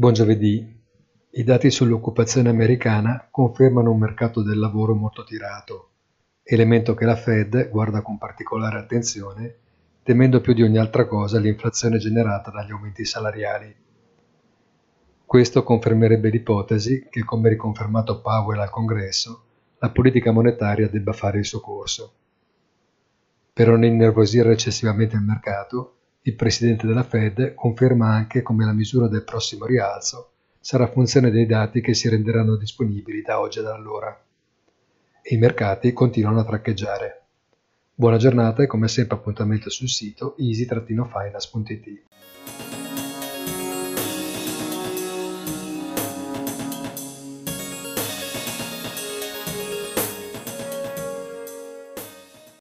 Buon giovedì. I dati sull'occupazione americana confermano un mercato del lavoro molto tirato, elemento che la Fed guarda con particolare attenzione, temendo più di ogni altra cosa l'inflazione generata dagli aumenti salariali. Questo confermerebbe l'ipotesi che, come riconfermato Powell al Congresso, la politica monetaria debba fare il suo corso. Per non innervosire eccessivamente il mercato, il presidente della Fed conferma anche come la misura del prossimo rialzo sarà funzione dei dati che si renderanno disponibili da oggi ad allora. E i mercati continuano a traccheggiare. Buona giornata e come sempre appuntamento sul sito easy-finance.it.